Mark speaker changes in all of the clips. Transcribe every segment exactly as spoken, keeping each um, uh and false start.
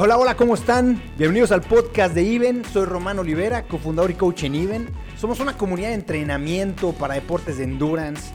Speaker 1: Hola, hola, ¿cómo están? Bienvenidos al podcast de Even. Soy Román Olivera, cofundador y coach en Even. Somos una comunidad de entrenamiento para deportes de endurance.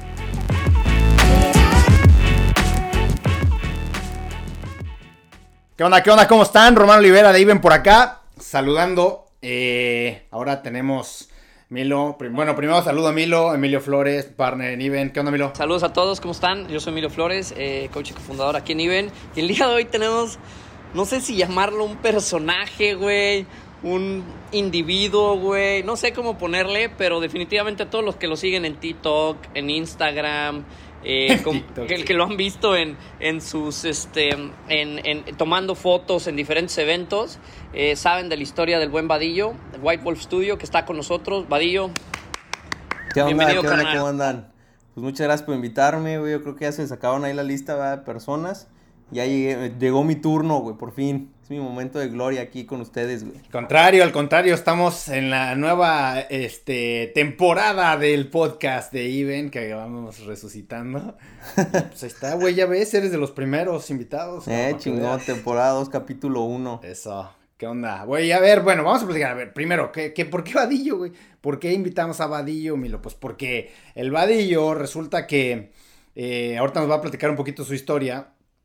Speaker 1: ¿Qué onda, qué onda? ¿Cómo están? Román Olivera de Even por acá, saludando. Eh, ahora tenemos Milo. Bueno, primero saludo a Milo, Emilio Flores, partner en Even. ¿Qué onda, Milo?
Speaker 2: Saludos a todos, ¿cómo están? Yo soy Emilio Flores, eh, coach y cofundador aquí en Even. Y el día de hoy tenemos, no sé si llamarlo un personaje, güey, un individuo, güey, no sé cómo ponerle, pero definitivamente todos los que lo siguen en TikTok, en Instagram, eh, con, TikTok, que, sí. que lo han visto en, en sus, este, en, en tomando fotos en diferentes eventos, eh, saben de la historia del buen Vadillo, White Wolf Studio, que está con nosotros. Vadillo,
Speaker 3: ¿qué onda?
Speaker 2: bienvenido,
Speaker 3: ¿Qué onda?
Speaker 2: carnal.
Speaker 3: ¿Cómo andan? Pues muchas gracias por invitarme, güey. Yo creo que ya se sacaron ahí la lista, ¿verdad? De personas. Ya llegué, llegó mi turno, güey, por fin. Es mi momento de gloria aquí con ustedes, güey.
Speaker 1: Al contrario, al contrario, estamos en la nueva este, temporada del podcast de Even, que vamos resucitando. Y pues ahí está, güey, ya ves, eres de los primeros invitados.
Speaker 3: Eh, chingón, temporada dos, capítulo uno.
Speaker 1: Eso, ¿qué onda? Güey, a ver, bueno, vamos a platicar. A ver, primero, ¿qué, qué, ¿por qué Vadillo, güey? ¿Por qué invitamos a Vadillo, Milo? Pues porque el Vadillo resulta que, eh, ahorita nos va a platicar un poquito su historia,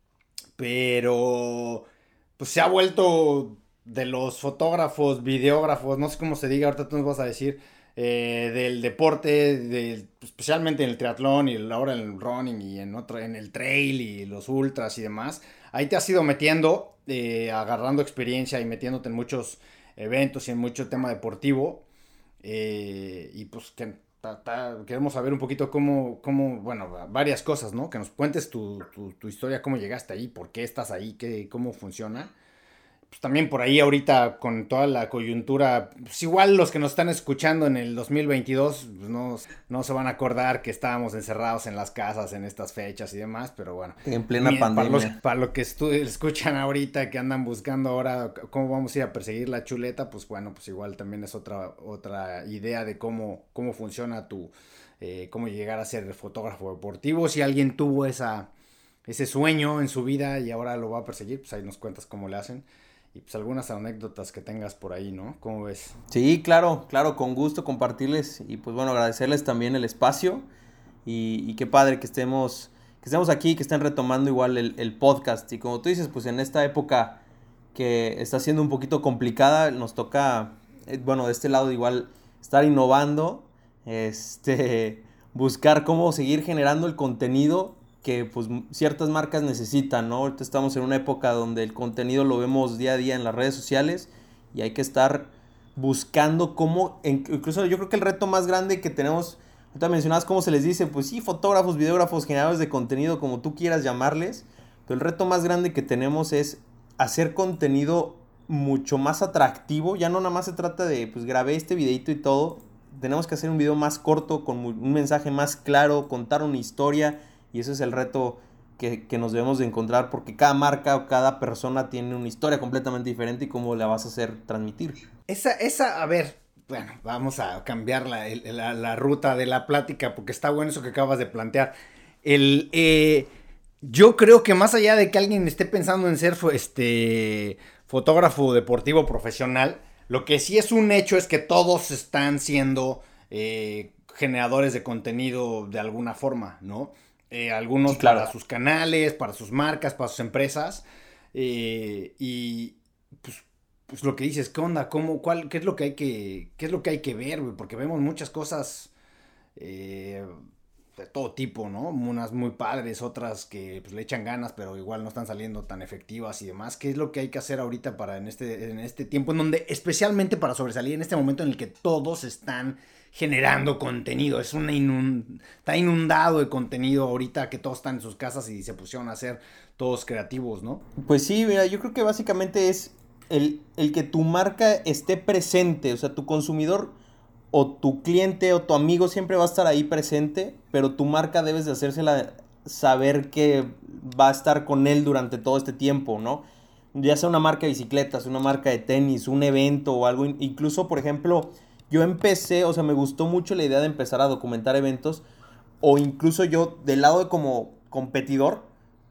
Speaker 1: pero pues se ha vuelto de los fotógrafos, videógrafos, no sé cómo se diga, ahorita tú nos vas a decir, eh, del deporte, de, especialmente en el triatlón y ahora en el running y en otro, en el trail y los ultras y demás. Ahí te has ido metiendo, eh, agarrando experiencia y metiéndote en muchos eventos y en mucho tema deportivo. Eh, y pues que Ta, ta, queremos saber un poquito cómo, cómo, bueno, varias cosas, ¿no? Que nos cuentes tu, tu, tu historia, cómo llegaste ahí, por qué estás ahí, qué, cómo funciona. Pues también por ahí ahorita con toda la coyuntura, pues igual los que nos están escuchando en el dos mil veintidós, pues no, no se van a acordar que estábamos encerrados en las casas en estas fechas y demás, pero bueno.
Speaker 3: En plena
Speaker 1: mi,
Speaker 3: pandemia.
Speaker 1: Para los, para lo que estu- escuchan ahorita, que andan buscando ahora cómo vamos a ir a perseguir la chuleta, pues bueno, pues igual también es otra, otra idea de cómo, cómo funciona tu, eh, cómo llegar a ser fotógrafo deportivo. Si alguien tuvo esa, ese sueño en su vida y ahora lo va a perseguir, pues ahí nos cuentas cómo le hacen. Y pues algunas anécdotas que tengas por ahí, ¿no? ¿Cómo ves?
Speaker 3: Sí, claro, claro, con gusto compartirles y pues bueno, agradecerles también el espacio y, y qué padre que estemos, que estemos aquí, que estén retomando igual el, el podcast. Y como tú dices, pues en esta época que está siendo un poquito complicada, nos toca, eh, bueno, de este lado igual estar innovando, este, buscar cómo seguir generando el contenido que pues ciertas marcas necesitan, ¿no? Ahorita estamos en una época donde el contenido lo vemos día a día en las redes sociales y hay que estar buscando cómo, incluso yo creo que el reto más grande que tenemos, ahorita mencionabas cómo se les dice, pues sí, fotógrafos, videógrafos, generadores de contenido, como tú quieras llamarles, pero el reto más grande que tenemos es hacer contenido mucho más atractivo. Ya no nada más se trata de, pues grabé este videito y todo, tenemos que hacer un video más corto, con un mensaje más claro, contar una historia. Y ese es el reto que, que nos debemos de encontrar, porque cada marca o cada persona tiene una historia completamente diferente y cómo la vas a hacer transmitir.
Speaker 1: Esa, esa, a ver, bueno, vamos a cambiar la, la, la ruta de la plática, porque está bueno eso que acabas de plantear. El, eh, yo creo que más allá de que alguien esté pensando en ser este, fotógrafo deportivo profesional, lo que sí es un hecho es que todos están siendo eh, generadores de contenido de alguna forma, ¿no? Eh, algunos sí, claro, para sus canales, para sus marcas, para sus empresas. Eh, y pues, pues lo que dices, ¿qué onda? ¿Cómo, cuál, qué es lo que hay que, qué es lo que hay que ver, güey? Porque vemos muchas cosas eh, de todo tipo, ¿no? Unas muy padres, otras que pues, le echan ganas, pero igual no están saliendo tan efectivas y demás. ¿Qué es lo que hay que hacer ahorita para en este, en este tiempo en donde, especialmente para sobresalir, en este momento en el que todos están generando contenido? Es una inund... está inundado de contenido ahorita, que todos están en sus casas y se pusieron a hacer todos creativos, ¿no?
Speaker 3: Pues sí, mira, yo creo que básicamente es el, el que tu marca esté presente, o sea, tu consumidor o tu cliente o tu amigo siempre va a estar ahí presente, pero tu marca debes de hacérsela saber que va a estar con él durante todo este tiempo, ¿no? Ya sea una marca de bicicletas, una marca de tenis, un evento o algo, incluso, por ejemplo, yo empecé, o sea, me gustó mucho la idea de empezar a documentar eventos, o incluso yo, del lado de como competidor,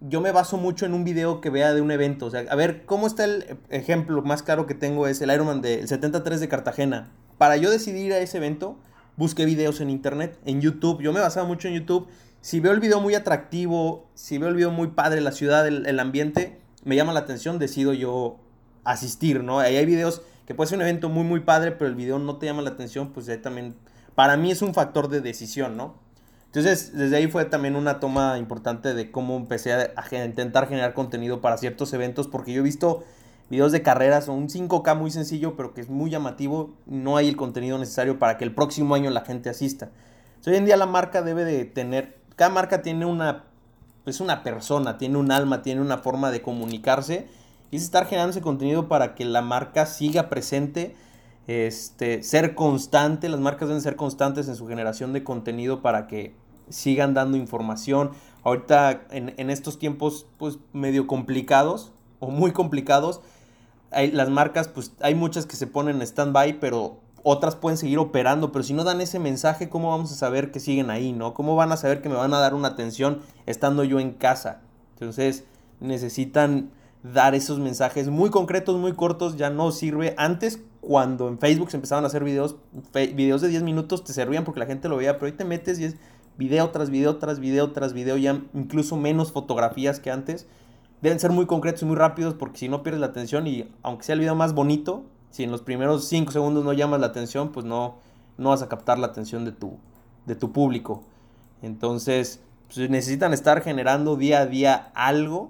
Speaker 3: yo me baso mucho en un video que vea de un evento. O sea, a ver, ¿cómo está el ejemplo más claro que tengo? Es el Ironman del setenta y tres de Cartagena. Para yo decidir ir a ese evento, busqué videos en internet, en YouTube. Yo me basaba mucho en YouTube. Si veo el video muy atractivo, si veo el video muy padre, la ciudad, el, el ambiente, me llama la atención, decido yo asistir, ¿no? Ahí hay videos que puede ser un evento muy, muy padre, pero el video no te llama la atención, pues ahí también, para mí es un factor de decisión, ¿no? Entonces, desde ahí fue también una toma importante de cómo empecé a, a intentar generar contenido para ciertos eventos, porque yo he visto videos de carreras, un cinco K muy sencillo, pero que es muy llamativo, no hay el contenido necesario para que el próximo año la gente asista. Entonces, hoy en día la marca debe de tener, cada marca tiene una, es una persona, tiene un alma, tiene una forma de comunicarse, y es estar generando ese contenido para que la marca siga presente, este, ser constante, las marcas deben ser constantes en su generación de contenido para que sigan dando información. Ahorita en, en estos tiempos pues medio complicados o muy complicados, hay, las marcas pues hay muchas que se ponen en stand-by, pero otras pueden seguir operando, pero si no dan ese mensaje, ¿cómo vamos a saber que siguen ahí, no? ¿Cómo van a saber que me van a dar una atención estando yo en casa? Entonces necesitan dar esos mensajes muy concretos, muy cortos. Ya no sirve. Antes, cuando en Facebook se empezaban a hacer videos, fe, videos de diez minutos te servían porque la gente lo veía, pero hoy te metes y es video tras video, tras video, tras video, ya incluso menos fotografías que antes. Deben ser muy concretos y muy rápidos porque si no pierdes la atención, y aunque sea el video más bonito, si en los primeros cinco segundos no llamas la atención, pues no, no vas a captar la atención de tu, de tu público. Entonces, pues necesitan estar generando día a día algo.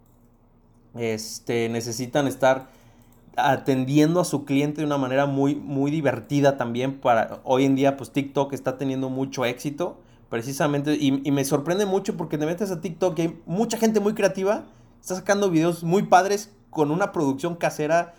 Speaker 3: Este, necesitan estar atendiendo a su cliente de una manera muy, muy divertida también. Para, hoy en día, pues TikTok está teniendo mucho éxito. Precisamente, y, y me sorprende mucho porque te metes a TikTok y hay mucha gente muy creativa, está sacando videos muy padres con una producción casera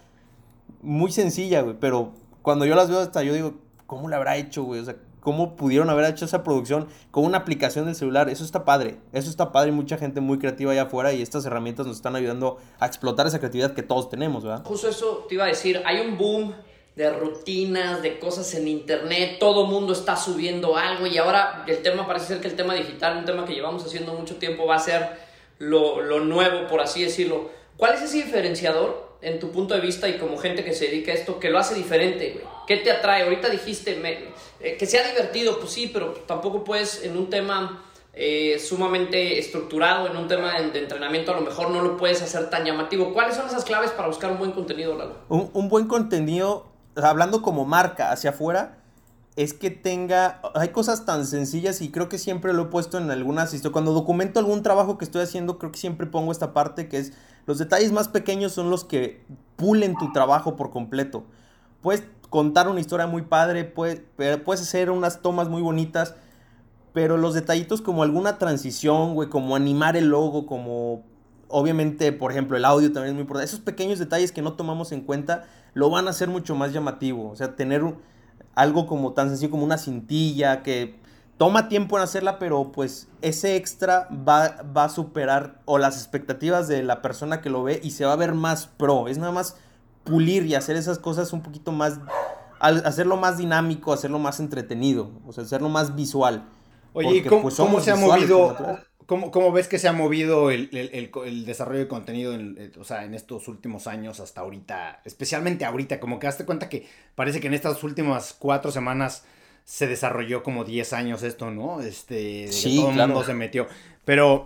Speaker 3: muy sencilla, güey, pero cuando yo las veo hasta yo digo, ¿cómo la habrá hecho, güey? O sea, ¿cómo pudieron haber hecho esa producción con una aplicación del celular? Eso está padre, eso está padre, y mucha gente muy creativa allá afuera, y estas herramientas nos están ayudando a explotar esa creatividad que todos tenemos, ¿verdad?
Speaker 2: Justo eso te iba a decir, hay un boom de rutinas, de cosas en internet, todo mundo está subiendo algo, y ahora el tema parece ser que el tema digital, un tema que llevamos haciendo mucho tiempo, va a ser lo, lo nuevo, por así decirlo. ¿Cuál es ese diferenciador en tu punto de vista y como gente que se dedica a esto, que lo hace diferente, güey? ¿Qué te atrae? Ahorita dijiste me, eh, que sea divertido, pues sí, pero tampoco puedes en un tema eh, sumamente estructurado, en un tema de, de entrenamiento, a lo mejor no lo puedes hacer tan llamativo. ¿Cuáles son esas claves para buscar un buen contenido, Lalo?
Speaker 3: Un, un buen contenido, hablando como marca hacia afuera, es que tenga, hay cosas tan sencillas, y creo que siempre lo he puesto en algunas historias. Cuando documento algún trabajo que estoy haciendo, creo que siempre pongo esta parte, que es los detalles más pequeños son los que pulen tu trabajo por completo. Puedes contar una historia muy padre, puedes, puedes hacer unas tomas muy bonitas, pero los detallitos como alguna transición, güey, como animar el logo, como obviamente, por ejemplo, el audio también es muy importante. Esos pequeños detalles que no tomamos en cuenta lo van a hacer mucho más llamativo. O sea, tener un, algo como tan sencillo como una cintilla que toma tiempo en hacerla, pero pues ese extra va, va a superar o las expectativas de la persona que lo ve, y se va a ver más pro. Es nada más pulir y hacer esas cosas un poquito más, hacerlo más dinámico, hacerlo más entretenido, o sea, hacerlo más visual.
Speaker 1: Oye,
Speaker 3: porque,
Speaker 1: ¿y cómo,
Speaker 3: pues,
Speaker 1: cómo
Speaker 3: somos
Speaker 1: se ha
Speaker 3: visuales,
Speaker 1: movido,
Speaker 3: como tú.
Speaker 1: cómo, cómo ves que se ha movido el, el, el, el desarrollo de contenido en, el, o sea, en estos últimos años hasta ahorita, especialmente ahorita? Como que hazte cuenta que parece que en estas últimas cuatro semanas se desarrolló como diez años esto, ¿no? Este, de
Speaker 3: Sí,
Speaker 1: todo el
Speaker 3: claro.
Speaker 1: mundo se metió. Pero,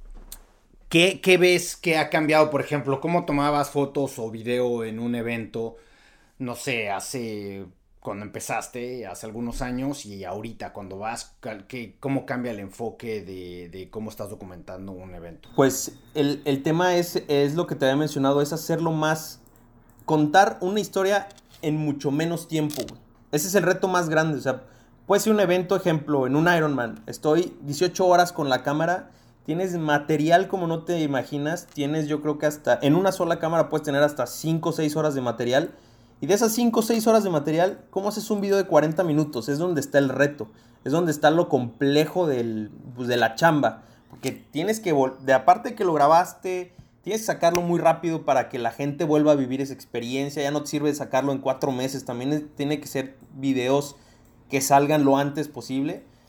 Speaker 1: ¿qué, ¿qué ves que ha cambiado? Por ejemplo, ¿cómo tomabas fotos o video en un evento, no sé, hace, cuando empezaste, hace algunos años, y ahorita cuando vas, ¿qué, cómo cambia el enfoque de, de cómo estás documentando un evento?
Speaker 3: Pues el, el tema es, es lo que te había mencionado, es hacerlo más, contar una historia en mucho menos tiempo, güey. Ese es el reto más grande. O sea, puede ser un evento, ejemplo, en un Ironman, estoy dieciocho horas con la cámara, tienes material como no te imaginas, tienes, yo creo que hasta, en una sola cámara puedes tener hasta cinco o seis horas de material, y de esas cinco o seis horas de material, ¿cómo haces un video de cuarenta minutos? Es donde está el reto, es donde está lo complejo del, pues, de la chamba, porque tienes que, de aparte que lo grabaste, tienes que sacarlo muy rápido para que la gente vuelva a vivir esa experiencia. Ya no te sirve sacarlo en cuatro meses, también es, tiene que ser videos que salgan lo antes posible.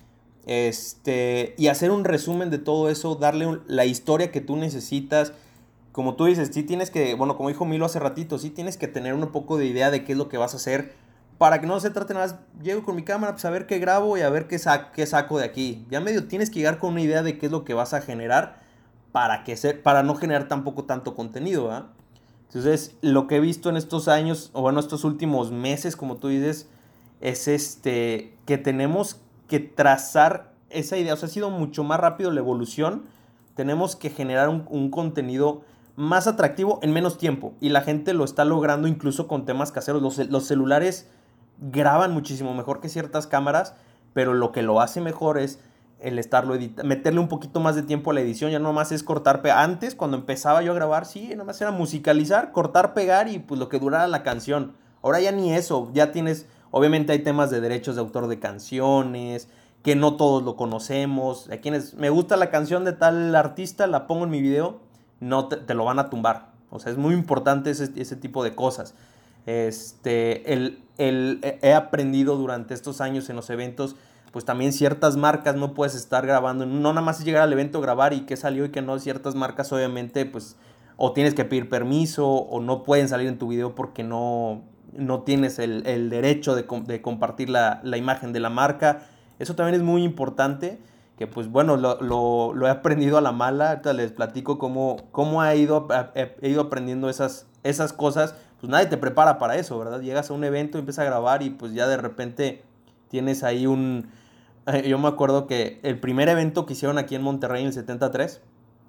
Speaker 3: Este, y hacer un resumen de todo eso, darle un, la historia que tú necesitas. Como tú dices, sí tienes que, bueno, como dijo Milo hace ratito, sí tienes que tener un poco de idea de qué es lo que vas a hacer, para que no se trate nada más, llego con mi cámara, pues a ver qué grabo y a ver qué, sa qué saco de aquí. Ya medio tienes que llegar con una idea de qué es lo que vas a generar, para, que se, para no generar tampoco tanto contenido, ¿eh? Entonces, lo que he visto en estos años, o bueno, estos últimos meses, como tú dices, es este, que tenemos que trazar esa idea. O sea, ha sido mucho más rápido la evolución. Tenemos que generar un, un contenido más atractivo en menos tiempo. Y la gente lo está logrando incluso con temas caseros. Los, los celulares graban muchísimo mejor que ciertas cámaras, pero lo que lo hace mejor es el estarlo editando, meterle un poquito más de tiempo a la edición. Ya nomás es cortar, pegar. Antes, cuando empezaba yo a grabar, sí, nomás era musicalizar, cortar, pegar y pues lo que durara la canción. Ahora ya ni eso, ya tienes, obviamente hay temas de derechos de autor de canciones, que no todos lo conocemos. A quienes me gusta la canción de tal artista, la pongo en mi video, no te, te lo van a tumbar. O sea, es muy importante ese, ese tipo de cosas. Este, el, el, he aprendido durante estos años en los eventos, pues también ciertas marcas no puedes estar grabando, no nada más es llegar al evento, grabar y qué salió y qué no. Ciertas marcas obviamente pues o tienes que pedir permiso o no pueden salir en tu video porque no, no tienes el, el derecho de, de compartir la, la imagen de la marca. Eso también es muy importante, que pues bueno, lo, lo, lo he aprendido a la mala. Ahorita les platico cómo, cómo he, ido, he, he ido aprendiendo esas, esas cosas. Pues nadie te prepara para eso, ¿verdad? Llegas a un evento, empiezas a grabar y pues ya de repente tienes ahí un... Yo me acuerdo que el primer evento que hicieron aquí en Monterrey en el setenta y tres,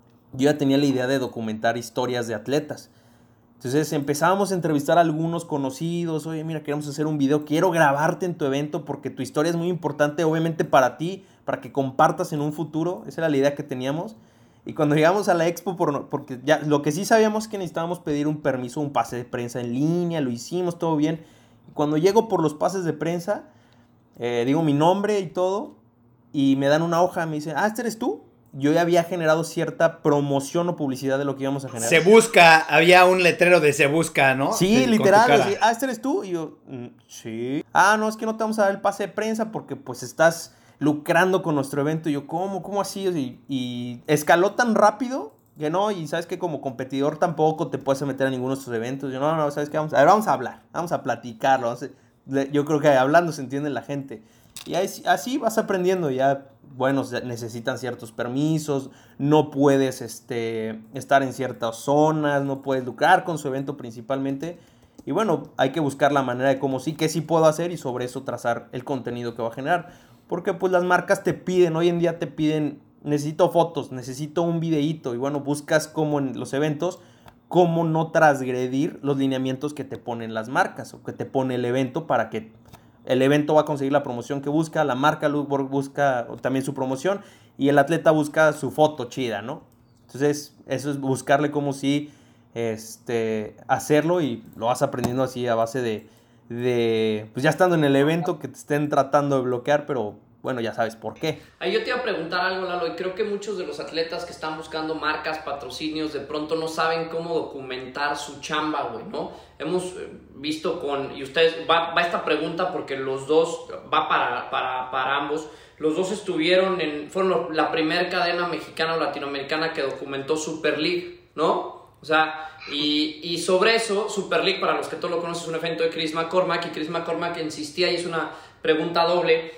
Speaker 3: yo ya tenía la idea de documentar historias de atletas. Entonces empezábamos a entrevistar a algunos conocidos. Oye, mira, queremos hacer un video, quiero grabarte en tu evento porque tu historia es muy importante, obviamente para ti, para que compartas en un futuro. Esa era la idea que teníamos. Y cuando llegamos a la expo, por, porque ya lo que sí sabíamos es que necesitábamos pedir un permiso, un pase de prensa en línea, lo hicimos todo bien. Y cuando llego por los pases de prensa, eh, digo mi nombre y todo, y me dan una hoja, me dicen, ah, ¿este eres tú? Yo ya había generado cierta promoción o publicidad de lo que íbamos a generar.
Speaker 1: Se busca, había un letrero de se busca, ¿no?
Speaker 3: Sí,
Speaker 1: de,
Speaker 3: literal, así, ah, ¿este eres tú? Y yo, mm, sí. Ah, no, es que no te vamos a dar el pase de prensa porque pues estás lucrando con nuestro evento. Y yo, ¿cómo? ¿Cómo así? Y, y escaló tan rápido que no, y sabes que como competidor tampoco te puedes meter a ninguno de estos eventos. Yo, no, no, ¿sabes qué? Vamos a, a ver, vamos a hablar, vamos a platicarlo. Vamos a, yo creo que hablando se entiende la gente. Y ahí, así vas aprendiendo. Ya, bueno, necesitan ciertos permisos, no puedes este, estar en ciertas zonas, no puedes lucrar con su evento principalmente. Y bueno, hay que buscar la manera de cómo sí, qué sí puedo hacer y sobre eso trazar el contenido que va a generar. Porque pues las marcas te piden, hoy en día te piden, necesito fotos, necesito un videíto. Y bueno, buscas como en los eventos, cómo no transgredir los lineamientos que te ponen las marcas o que te pone el evento para que el evento va a conseguir la promoción que busca, la marca busca también su promoción y el atleta busca su foto chida, ¿no? Entonces, eso es buscarle cómo sí este, hacerlo y lo vas aprendiendo así a base de, de, pues ya estando en el evento que te estén tratando de bloquear, pero bueno, ya sabes por qué.
Speaker 2: Ahí yo te iba a preguntar algo, Lalo, y creo que muchos de los atletas que están buscando marcas, patrocinios, de pronto no saben cómo documentar su chamba, güey, ¿no? Hemos visto con, y ustedes, va, va esta pregunta porque los dos, va para, para, para ambos, los dos estuvieron en, fueron la primera cadena mexicana o latinoamericana que documentó Super League, ¿no? O sea, y, y sobre eso, Super League, para los que todos lo conocen, es un evento de Chris McCormack, y Chris McCormack insistía, y es una pregunta doble,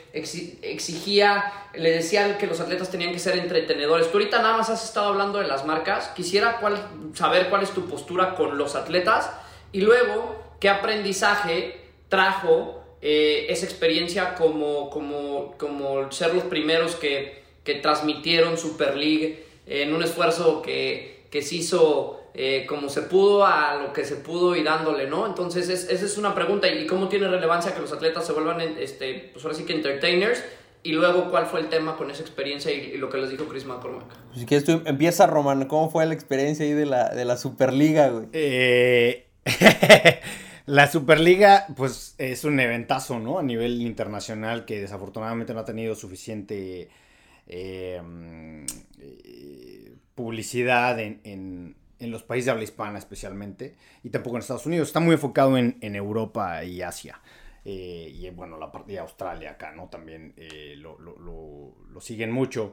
Speaker 2: exigía, le decían que los atletas tenían que ser entretenedores. Tú ahorita nada más has estado hablando de las marcas, quisiera cuál, saber cuál es tu postura con los atletas, y luego, ¿qué aprendizaje trajo eh, esa experiencia como, como, como ser los primeros que, que transmitieron Super League en un esfuerzo que, que se hizo eh, como se pudo a lo que se pudo y dándole, ¿no? Entonces es, esa es una pregunta. ¿Y cómo tiene relevancia que los atletas se vuelvan, este, pues ahora sí que entertainers? Y luego, ¿cuál fue el tema con esa experiencia y, y lo que les dijo Chris McCormack?
Speaker 3: Si quieres tú empieza, Román, ¿cómo fue la experiencia ahí de la, de la Superliga, güey?
Speaker 1: Eh... La Superliga, pues, es un eventazo, ¿no? A nivel internacional que desafortunadamente no ha tenido suficiente eh, eh, publicidad en, en, en los países de habla hispana especialmente, y tampoco en Estados Unidos. Está muy enfocado en, en Europa y Asia. eh, y bueno, la parte de Australia acá, ¿no? También eh, lo, lo, lo, lo siguen mucho.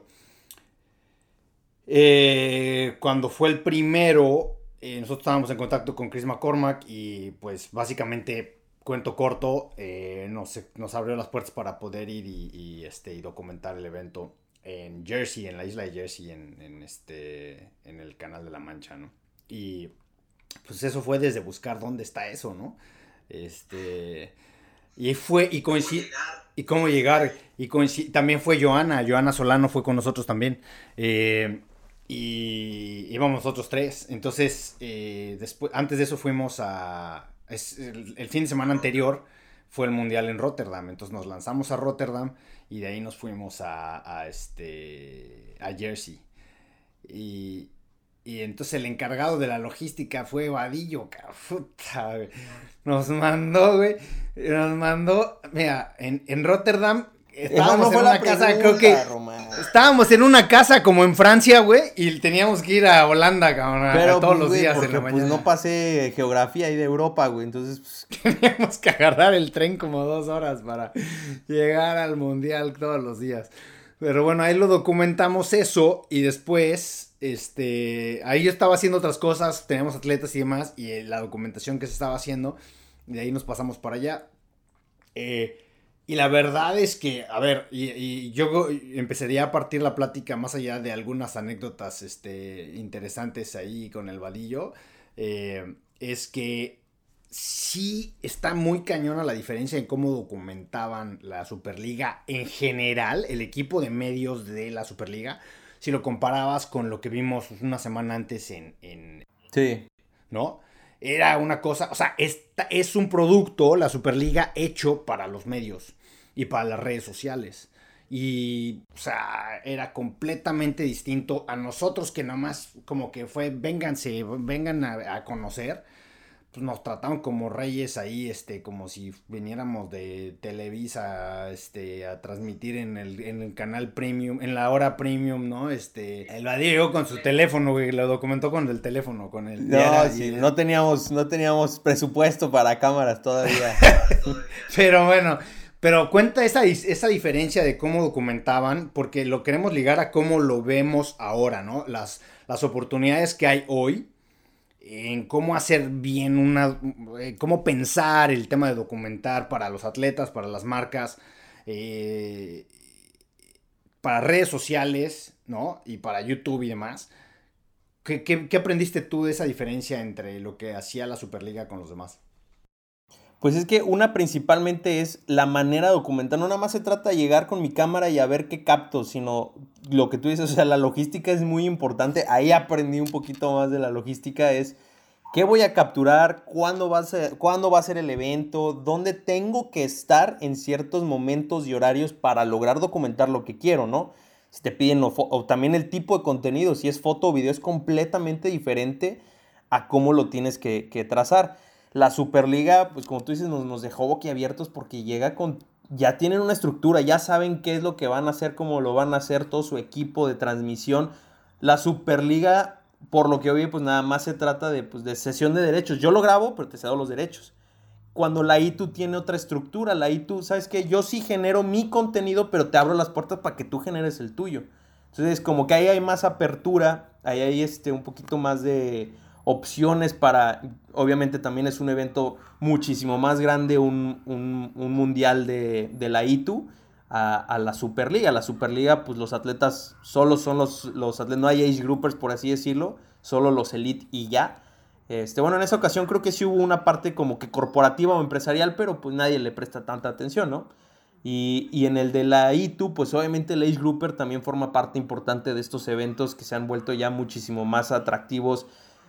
Speaker 1: Eh, cuando fue el primero, eh, nosotros estábamos en contacto con Chris McCormack y pues básicamente, cuento corto, eh, nos, nos abrió las puertas para poder ir y, y, este, y documentar el evento en Jersey, en la isla de Jersey, en, en, este, en el Canal de la Mancha, ¿no? Y pues eso fue desde buscar dónde está eso, ¿no? Este... Y fue, y coincid, y cómo llegar, y coincid, también fue Joana, Joana Solano fue con nosotros también, eh, y íbamos nosotros tres, entonces, eh, después, antes de eso fuimos a, es, el, el fin de semana anterior fue el Mundial en Rotterdam, entonces nos lanzamos a Rotterdam, y de ahí nos fuimos a, a este, a Jersey, y... Y entonces el encargado de la logística fue Vadillo, puta, güey. Nos mandó, güey. Nos mandó, mira, en, en Rotterdam estábamos no en una casa, pregunta, creo que Román. Estábamos en una casa como en Francia, güey, y teníamos que ir a Holanda, cabrón,
Speaker 3: Pero,
Speaker 1: a todos
Speaker 3: pues,
Speaker 1: los
Speaker 3: güey,
Speaker 1: días
Speaker 3: porque,
Speaker 1: en la mañana.
Speaker 3: Pues no pasé geografía ahí de Europa, güey, entonces
Speaker 1: pues... teníamos que agarrar el tren como dos horas para llegar al mundial todos los días. Pero bueno, ahí lo documentamos eso y después, este, ahí yo estaba haciendo otras cosas, teníamos atletas y demás, y la documentación que se estaba haciendo, de ahí nos pasamos para allá. Eh, y la verdad es que, a ver, y, y yo empezaría a partir la plática más allá de algunas anécdotas, este, interesantes ahí con el Vadillo, eh, es que sí está muy cañona la diferencia en cómo documentaban la Superliga en general, el equipo de medios de la Superliga, si lo comparabas con lo que vimos una semana antes en... en
Speaker 3: sí.
Speaker 1: ¿No? Era una cosa, o sea, esta es un producto, la Superliga, hecho para los medios y para las redes sociales. Y, o sea, era completamente distinto a nosotros que nada más como que fue, vénganse, vengan a, a conocer. Pues nos trataron como reyes ahí, este, como si viniéramos de Televisa, este, a transmitir en el, en el canal premium, en la hora premium, ¿no? Este, el Vadillo con su teléfono, güey, lo documentó con el teléfono, con el...
Speaker 3: No, era, sí, y, no teníamos, no teníamos presupuesto para cámaras todavía.
Speaker 1: Pero bueno, pero cuenta esa, esa diferencia de cómo documentaban, porque lo queremos ligar a cómo lo vemos ahora, ¿no? Las, las oportunidades que hay hoy, en cómo hacer bien una, eh, cómo pensar el tema de documentar para los atletas, para las marcas, eh, para redes sociales, ¿no? Y para YouTube y demás. ¿Qué, qué, ¿Qué aprendiste tú de esa diferencia entre lo que hacía la Superliga con los demás?
Speaker 3: Pues es que una principalmente es la manera de documentar. No nada más se trata de llegar con mi cámara y a ver qué capto, sino lo que tú dices, o sea, la logística es muy importante. Ahí aprendí un poquito más de la logística, es qué voy a capturar, cuándo va a ser, cuándo va a ser el evento, dónde tengo que estar en ciertos momentos y horarios para lograr documentar lo que quiero, ¿no? Si te piden, o, o también el tipo de contenido, si es foto o video, es completamente diferente a cómo lo tienes que, que trazar. La Superliga, pues como tú dices, nos, nos dejó boquiabiertos porque llega con... Ya tienen una estructura, ya saben qué es lo que van a hacer, cómo lo van a hacer, todo su equipo de transmisión. La Superliga, por lo que oí, pues nada más se trata de, pues, de cesión de derechos. Yo lo grabo, pero te cedo los derechos. Cuando la I T U tiene otra estructura, la I T U, ¿sabes qué? Yo sí genero mi contenido, pero te abro las puertas para que tú generes el tuyo. Entonces, como que ahí hay más apertura, ahí hay este, un poquito más de... opciones para, obviamente también es un evento muchísimo más grande, un, un, un mundial de, de la I T U a, a la Superliga. La Superliga, pues los atletas solo son los, los atletas, no hay age groupers por así decirlo, solo los elite y ya. Este, bueno, en esa ocasión creo que sí hubo una parte como que corporativa o empresarial, pero pues nadie le presta tanta atención, ¿no? Y, y en el de la I T U, pues obviamente el age grouper también forma parte importante de estos eventos que se han vuelto ya muchísimo más atractivos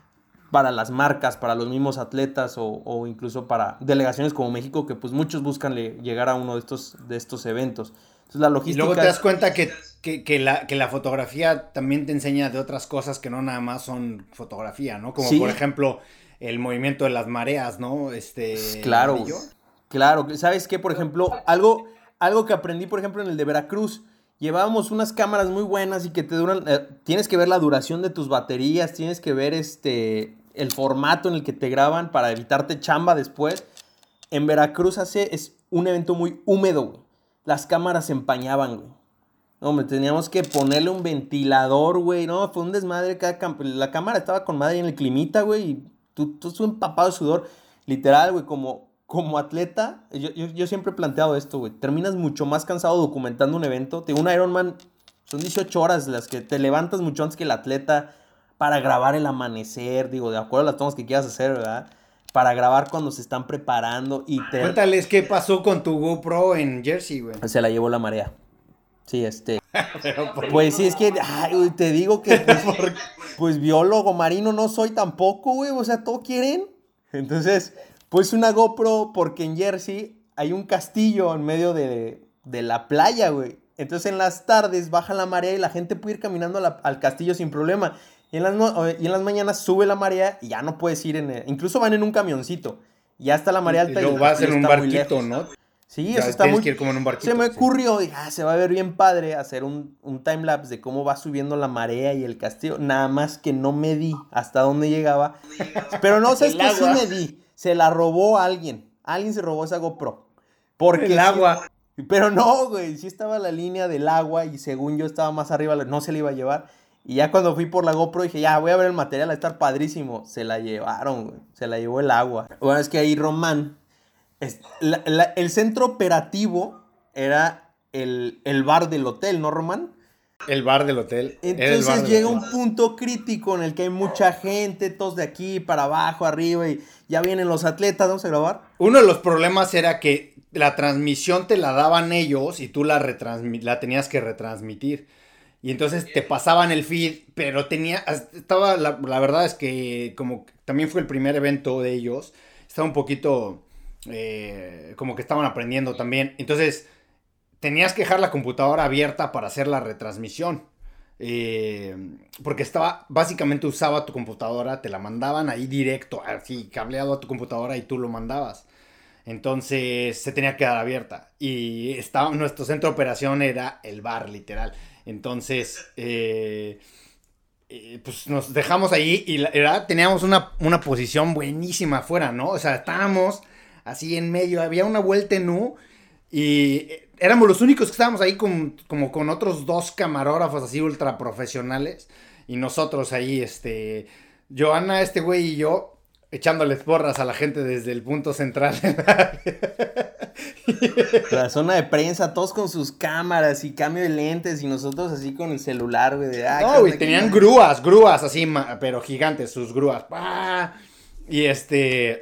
Speaker 3: para las marcas, para los mismos atletas o, o incluso para delegaciones como México, que pues muchos buscan le, llegar a uno de estos, de estos eventos. Entonces la logística...
Speaker 1: Y luego te das cuenta que, que, que, la, que la fotografía también te enseña de otras cosas que no nada más son fotografía, ¿no? Como sí. Por ejemplo el movimiento de las mareas, ¿no? Este...
Speaker 3: Claro, claro. ¿Sabes qué? Por ejemplo, algo, algo que aprendí, por ejemplo, en el de Veracruz, llevábamos unas cámaras muy buenas y que te duran... Eh, tienes que ver la duración de tus baterías, tienes que ver este... el formato en el que te graban para evitarte chamba después. En Veracruz hace, es un evento muy húmedo, güey. Las cámaras se empañaban, güey. No, hombre, teníamos que ponerle un ventilador, güey. No, fue un desmadre. Cada cam- la cámara estaba con madre en el climita, güey. Y tú, tú, tú empapado de sudor. Literal, güey, como, como atleta, yo, yo, yo siempre he planteado esto, güey. Terminas mucho más cansado documentando un evento. Te digo, un Ironman son dieciocho horas las que te levantas mucho antes que el atleta para grabar el amanecer. Digo, de acuerdo a las tomas que quieras hacer, ¿verdad? Para grabar cuando se están preparando y te...
Speaker 1: Cuéntales qué pasó con tu GoPro en Jersey, güey.
Speaker 3: Se la llevó la marea. Sí, este... Pues sí, es que, ay, güey, te digo que, pues, pues biólogo marino no soy tampoco, güey, o sea, todo quieren. Entonces, pues una GoPro, porque en Jersey hay un castillo en medio de, de la playa, güey. Entonces en las tardes baja la marea y la gente puede ir caminando a la, al castillo sin problema. Y en, las no, y en las mañanas sube la marea y ya no puedes ir en el, incluso van en un camioncito. Ya está la marea alta
Speaker 1: y,
Speaker 3: y,
Speaker 1: y lo vas en un barquito, ¿no?
Speaker 3: Sí,
Speaker 1: ya
Speaker 3: eso está muy...
Speaker 1: Que ir como en un barquito,
Speaker 3: se me
Speaker 1: sí.
Speaker 3: ocurrió, dije, ah, se va a ver bien padre hacer un, un timelapse de cómo va subiendo la marea y el castillo. Nada más que no medí hasta dónde llegaba. Pero no, ¿sabes qué? Sí medí. Se la robó alguien. Alguien se robó esa GoPro. Porque
Speaker 1: el agua.
Speaker 3: Sí, pero no, güey, sí estaba la línea del agua y según yo estaba más arriba, no se la iba a llevar. Y ya cuando fui por la GoPro dije, ya, voy a ver el material, va a estar padrísimo. Se la llevaron, güey. Se la llevó el agua. Bueno, es que ahí Román... Es, la, la, el centro operativo era el, el bar del hotel, ¿no, Román?
Speaker 1: El bar del hotel.
Speaker 3: Entonces
Speaker 1: bar del
Speaker 3: llega
Speaker 1: hotel.
Speaker 3: un punto crítico en el que hay mucha gente, todos de aquí para abajo, arriba, y ya vienen los atletas, ¿vamos a grabar?
Speaker 1: Uno de los problemas era que la transmisión te la daban ellos y tú la, retransmi- la tenías que retransmitir. Y entonces te pasaban el feed, pero tenía, estaba, la, la verdad es que como también fue el primer evento de ellos, estaba un poquito... Eh, como que estaban aprendiendo también. Entonces, tenías que dejar la computadora abierta para hacer la retransmisión. Eh, porque estaba, básicamente usaba tu computadora, te la mandaban ahí directo, así cableado a tu computadora y tú lo mandabas. Entonces, se tenía que quedar abierta. Y estaba, nuestro centro de operación era el bar, literal. Entonces, eh, eh, pues nos dejamos ahí y la, era, teníamos una, una posición buenísima afuera, ¿no? O sea, estábamos... así en medio, había una vuelta en U y éramos los únicos que estábamos ahí con, como con otros dos camarógrafos así ultra profesionales y nosotros ahí, este, Joana, este güey y yo echándoles porras a la gente desde el punto central.
Speaker 3: La zona de prensa, todos con sus cámaras y cambio de lentes y nosotros así con el celular, güey. De, ah,
Speaker 1: no, güey, tenían grúas, grúas así, pero gigantes, sus grúas. ¡Pah! Y este...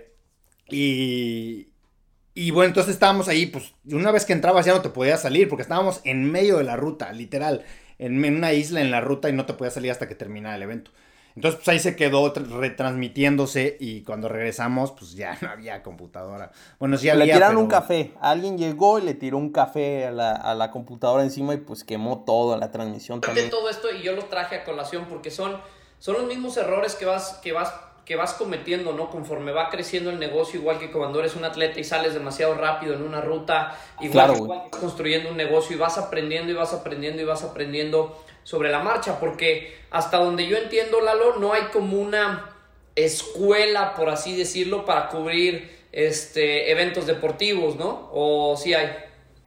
Speaker 1: Y, y bueno, entonces estábamos ahí, pues una vez que entrabas ya no te podías salir, porque estábamos en medio de la ruta, literal, en, en una isla en la ruta y no te podías salir hasta que terminara el evento. Entonces pues ahí se quedó retransmitiéndose y cuando regresamos pues ya no había computadora. Bueno, sí había,
Speaker 3: le tiraron
Speaker 1: pero...
Speaker 3: un café, alguien llegó y le tiró un café a la, a la computadora encima y pues quemó todo, la transmisión también.
Speaker 2: Todo esto y yo lo traje a colación porque son, son los mismos errores que vas... Que vas que vas cometiendo, ¿no? Conforme va creciendo el negocio, igual que cuando eres un atleta y sales demasiado rápido en una ruta, igual,
Speaker 3: claro,
Speaker 2: que, igual que vas construyendo un negocio y vas aprendiendo y vas aprendiendo y vas aprendiendo sobre la marcha, porque hasta donde yo entiendo, Lalo, no hay como una escuela, por así decirlo, para cubrir este, eventos deportivos, ¿no? ¿O sí hay?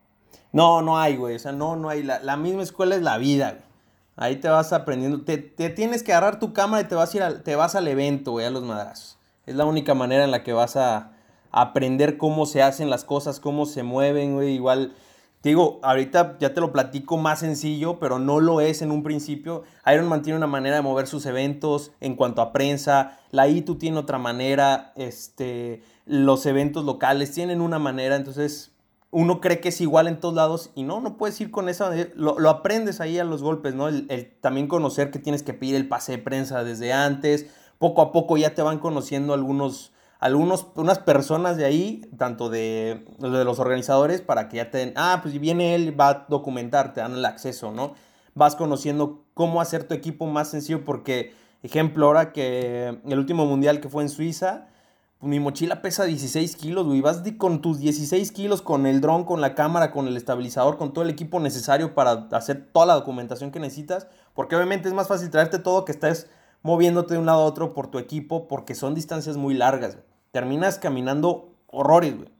Speaker 3: No, no hay, güey, o sea, no, no hay, la, la misma escuela es la vida, güey. Ahí te vas aprendiendo. Te, te tienes que agarrar tu cámara y te vas a ir al, te vas al evento, güey, a los madrazos. Es la única manera en la que vas a, a aprender cómo se hacen las cosas, cómo se mueven, güey. Igual, te digo, ahorita ya te lo platico más sencillo, pero no lo es en un principio. Ironman tiene una manera de mover sus eventos en cuanto a prensa. La I T U tiene otra manera. Este, los eventos locales tienen una manera, entonces... uno cree que es igual en todos lados y no, no puedes ir con esa, lo, lo aprendes ahí a los golpes, ¿no? El, el también conocer que tienes que pedir el pase de prensa desde antes, poco a poco ya te van conociendo algunos, algunos unas personas de ahí, tanto de, de los organizadores, para que ya te den, ah, pues viene él, va a documentar, te dan el acceso, ¿no? Vas conociendo cómo hacer tu equipo más sencillo porque, ejemplo, ahora que el último mundial que fue en Suiza, mi mochila pesa dieciséis kilos, güey. Vas con tus dieciséis kilos, con el dron, con la cámara, con el estabilizador, con todo el equipo necesario para hacer toda la documentación que necesitas. Porque obviamente es más fácil traerte todo que estés moviéndote de un lado a otro por tu equipo, porque son distancias muy largas, güey. Terminas caminando horrores, güey.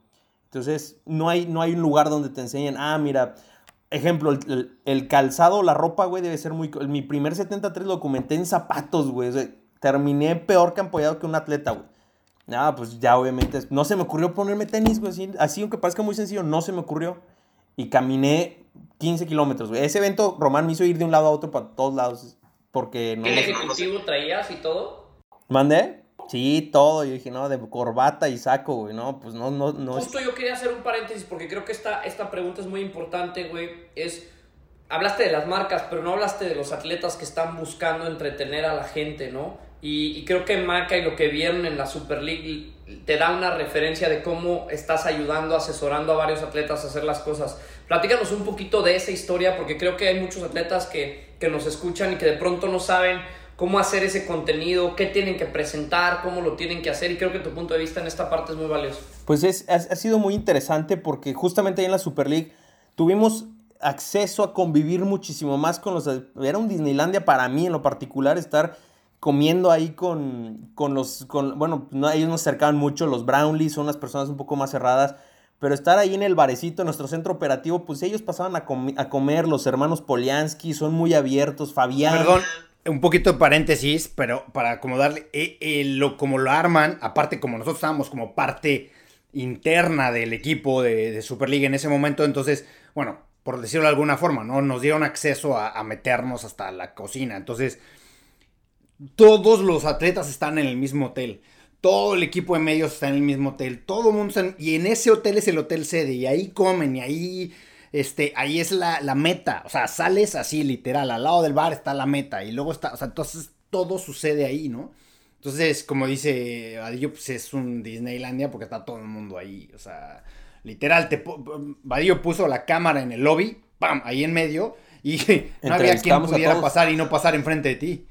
Speaker 3: Entonces, no hay, no hay un lugar donde te enseñen, ah, mira, ejemplo, el, el, el calzado, la ropa, güey, debe ser muy... Mi primer setenta y tres lo documenté en zapatos, güey. O sea, terminé peor que ampollado que un atleta, güey. Ah, pues ya obviamente, no se me ocurrió ponerme tenis, güey, así, así aunque parezca muy sencillo, no se me ocurrió. Y caminé quince kilómetros, güey. Ese evento, Román, me hizo ir de un lado a otro para todos lados, porque no...
Speaker 2: ¿Qué ejecutivo traías y todo?
Speaker 3: ¿Mandé? Sí, todo. Yo dije, no, de corbata y saco, güey. No, pues no, no, no.
Speaker 2: Justo
Speaker 3: es...
Speaker 2: yo quería hacer un paréntesis porque creo que esta, esta pregunta es muy importante, güey. Es, hablaste de las marcas, pero no hablaste de los atletas que están buscando entretener a la gente, ¿no? Y, y creo que Maca y lo que vieron en la Super League te da una referencia de cómo estás ayudando, asesorando a varios atletas a hacer las cosas. Platícanos un poquito de esa historia porque creo que hay muchos atletas que, que nos escuchan y que de pronto no saben cómo hacer ese contenido, qué tienen que presentar, cómo lo tienen que hacer, y creo que tu punto de vista en esta parte es muy valioso.
Speaker 3: Pues es, ha, ha sido muy interesante porque justamente ahí en la Super League tuvimos acceso a convivir muchísimo más con los... Era un Disneylandia para mí en lo particular estar comiendo ahí con, con los... Con, bueno, no, ellos nos acercaban mucho, los Brownlees son unas personas un poco más cerradas, pero estar ahí en el barecito, en nuestro centro operativo, pues ellos pasaban a, com- a comer, los hermanos Poliansky son muy abiertos, Fabián...
Speaker 1: Perdón. Un poquito de paréntesis, pero para acomodarle, eh, eh, lo, como lo arman, aparte como nosotros estábamos como parte interna del equipo de, de Superliga en ese momento, entonces, bueno, por decirlo de alguna forma, ¿no? Nos dieron acceso a, a meternos hasta la cocina, entonces, todos los atletas están en el mismo hotel, todo el equipo de medios está en el mismo hotel, todo el mundo está en, y en ese hotel es el hotel sede, y ahí comen, y ahí... Este, ahí es la, la meta, o sea, sales así, literal, al lado del bar está la meta, y luego está, o sea, entonces todo sucede ahí, ¿no? Entonces, como dice Vadillo, pues es un Disneylandia porque está todo el mundo ahí, o sea, literal, te, Vadillo puso la cámara en el lobby, ¡pam!, ahí en medio, y no había quien pudiera pasar y no pasar enfrente de ti.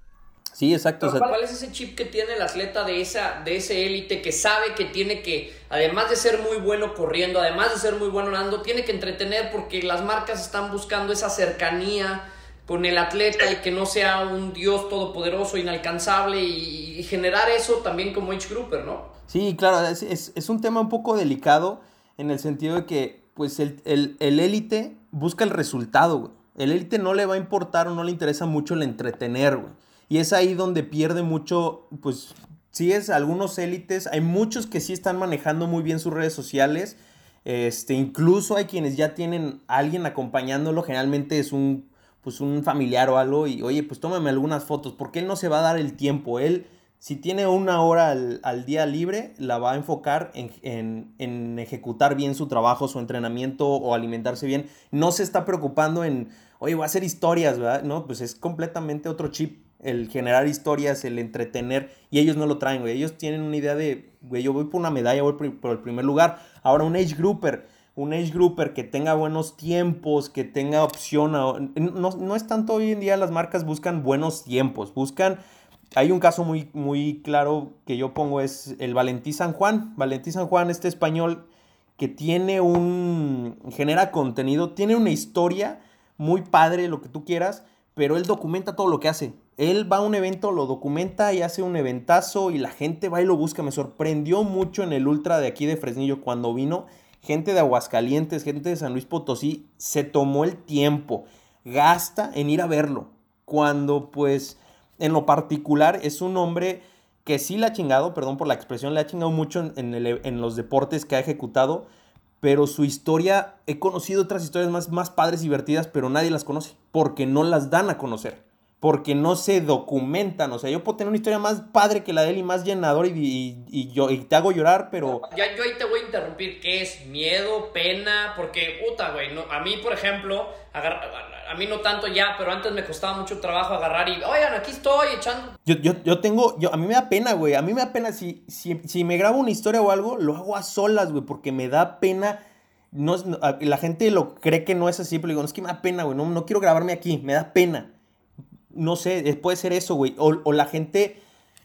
Speaker 3: Sí, exacto. O sea,
Speaker 2: ¿cuál es ese chip que tiene el atleta de esa de ese élite que sabe que tiene que, además de ser muy bueno corriendo, además de ser muy bueno nadando, tiene que entretener porque las marcas están buscando esa cercanía con el atleta y que no sea un dios todopoderoso, inalcanzable, y, y generar eso también como age grouper, ¿no?
Speaker 3: Sí, claro, es, es, es un tema un poco delicado en el sentido de que pues el, el, el élite busca el resultado, güey. El élite no le va a importar o no le interesa mucho el entretener, güey. Y es ahí donde pierde mucho, pues, sí es algunos élites, hay muchos que sí están manejando muy bien sus redes sociales, este, incluso hay quienes ya tienen a alguien acompañándolo, generalmente es un, pues, un familiar o algo, y oye, pues tómame algunas fotos, porque él no se va a dar el tiempo, él, si tiene una hora al, al día libre, la va a enfocar en, en, en ejecutar bien su trabajo, su entrenamiento o alimentarse bien, no se está preocupando en, oye, voy a hacer historias, ¿verdad? No, pues es completamente otro chip. El generar historias, el entretener, y ellos no lo traen, güey. Ellos tienen una idea de, güey, yo voy por una medalla, voy por, por el primer lugar. Ahora, un age grouper, un age grouper que tenga buenos tiempos, que tenga opción. A, no, no es tanto hoy en día, las marcas buscan buenos tiempos, buscan. Hay un caso muy, muy claro que yo pongo, es el Valentí San Juan. Valentí San Juan, este español que tiene un. Genera contenido, tiene una historia muy padre, lo que tú quieras, pero él documenta todo lo que hace. Él va a un evento, lo documenta y hace un eventazo y la gente va y lo busca. Me sorprendió mucho en el Ultra de aquí de Fresnillo cuando vino gente de Aguascalientes, gente de San Luis Potosí, se tomó el tiempo, gasta en ir a verlo. Cuando pues en lo particular es un hombre que sí le ha chingado, perdón por la expresión, le ha chingado mucho en, en, el, en los deportes que ha ejecutado, pero su historia, he conocido otras historias más, más padres y divertidas, pero nadie las conoce porque no las dan a conocer. Porque no se documentan, o sea, yo puedo tener una historia más padre que la de él y más llenadora y, y, y, yo, y te hago llorar, pero...
Speaker 2: Ya, yo ahí te voy a interrumpir, ¿qué es? ¿Miedo? ¿Pena? Porque, puta, güey, no, a mí, por ejemplo, agarra, a mí no tanto ya, pero antes me costaba mucho trabajo agarrar y, oigan, aquí estoy echando...
Speaker 3: Yo, yo, yo tengo, yo, a mí me da pena, güey, a mí me da pena, si, si, si me grabo una historia o algo, lo hago a solas, güey, porque me da pena... No, la gente lo cree que no es así, pero digo, no, es que me da pena, güey, no, no quiero grabarme aquí, me da pena. No sé, puede ser eso, güey. O, o la gente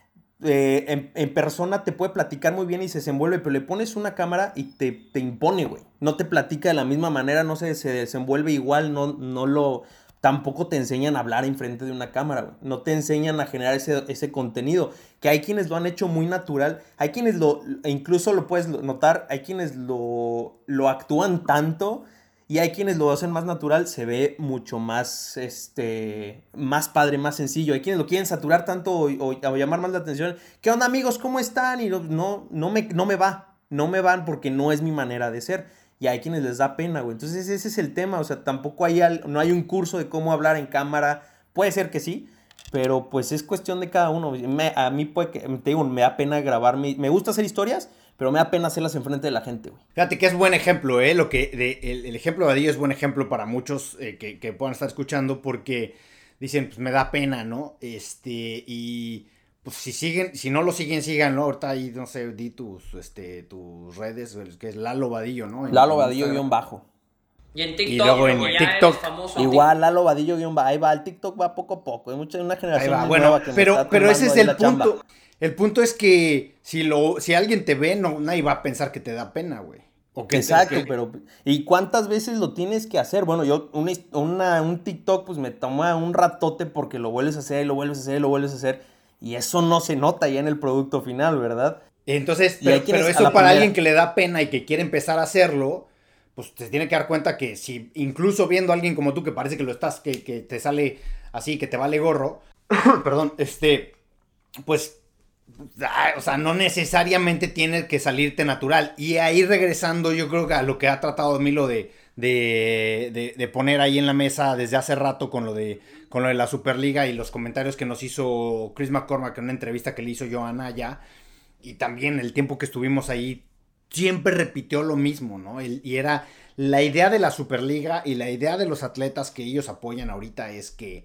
Speaker 3: eh, en, en persona te puede platicar muy bien y se desenvuelve, pero le pones una cámara y te, te impone, güey. No te platica de la misma manera, no se, se desenvuelve igual, no, no lo... tampoco te enseñan a hablar enfrente de una cámara, güey. No te enseñan a generar ese, ese contenido. Que hay quienes lo han hecho muy natural. Hay quienes lo, e incluso lo puedes notar, hay quienes lo, lo actúan tanto y hay quienes lo hacen más natural. Se ve mucho más, este, más padre, más sencillo. Hay quienes lo quieren saturar tanto o, o, o llamar más la atención. ¿Qué onda, amigos? ¿Cómo están? Y no, no, no, me, no me va. No me van porque no es mi manera de ser. Y hay quienes les da pena, güey. Entonces ese es el tema, o sea, tampoco hay, al, no hay un curso de cómo hablar en cámara. Puede ser que sí, pero pues es cuestión de cada uno. Me, a mí, puede que, te digo, me da pena grabarme. Me gusta hacer historias, pero me da pena hacerlas enfrente de la gente, güey.
Speaker 1: Fíjate que es buen ejemplo, ¿eh? Lo que de, el, el ejemplo de Vadillo es buen ejemplo para muchos eh, que, que puedan estar escuchando porque dicen, pues me da pena, ¿no? Este, y... Pues si siguen, si no lo siguen, síganlo. Ahorita ahí, no sé, di tus, este, tus redes, que es Lalo Vadillo, ¿no? En,
Speaker 3: Lalo Vadillo guión bajo.
Speaker 2: Y en TikTok,
Speaker 1: y luego en
Speaker 2: ya
Speaker 1: TikTok.
Speaker 2: famoso
Speaker 3: Igual Lalo Vadillo guión bajo. Ahí va, el TikTok va poco a poco. Hay mucha, una generación
Speaker 1: Ahí va,
Speaker 3: muy
Speaker 1: bueno,
Speaker 3: nueva que
Speaker 1: pero,
Speaker 3: me está
Speaker 1: pero ese es el punto.
Speaker 3: Chamba.
Speaker 1: El punto es que si lo, si alguien te ve, no, nadie va a pensar que te da pena, güey.
Speaker 3: O que Exacto, que... pero ¿y cuántas veces lo tienes que hacer? Bueno, yo una, una, un TikTok pues me toma un ratote porque lo vuelves a hacer, lo vuelves a hacer, lo vuelves a hacer. Y eso no se nota ya en el producto final, ¿verdad?
Speaker 1: Entonces, pero, pero eso para primera. Alguien que le da pena y que quiere empezar a hacerlo, pues te tiene que dar cuenta que si incluso viendo a alguien como tú que parece que lo estás, que, que te sale así, que te vale gorro, perdón, este, pues, o sea, no necesariamente tiene que salirte natural. Y ahí regresando yo creo que a lo que ha tratado Milo de, de, de, de poner ahí en la mesa desde hace rato con lo de... con lo de la Superliga y los comentarios que nos hizo Chris McCormack en una entrevista que le hizo Johanna allá, y también el tiempo que estuvimos ahí, siempre repitió lo mismo, ¿no? El, y era la idea de la Superliga y la idea de los atletas que ellos apoyan ahorita es que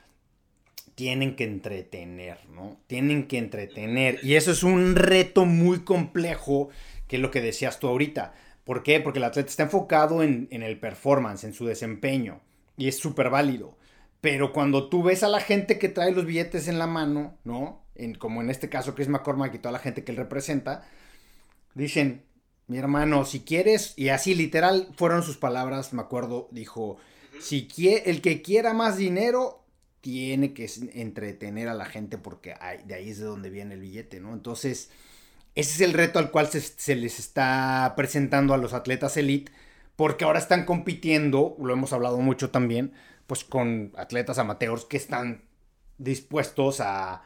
Speaker 1: tienen que entretener, ¿no? Tienen que entretener, y eso es un reto muy complejo, que es lo que decías tú ahorita. ¿Por qué? Porque el atleta está enfocado en, en el performance, en su desempeño, y es súper válido. Pero cuando tú ves a la gente que trae los billetes en la mano, ¿no? En, como en este caso Chris McCormack y toda la gente que él representa, dicen, mi hermano, si quieres, y así literal fueron sus palabras, me acuerdo, dijo, si quiere, el que quiera más dinero, tiene que entretener a la gente porque hay, de ahí es de donde viene el billete, ¿no? Entonces, ese es el reto al cual se, se les está presentando a los atletas elite, porque ahora están compitiendo, lo hemos hablado mucho también, pues con atletas amateurs que están dispuestos a,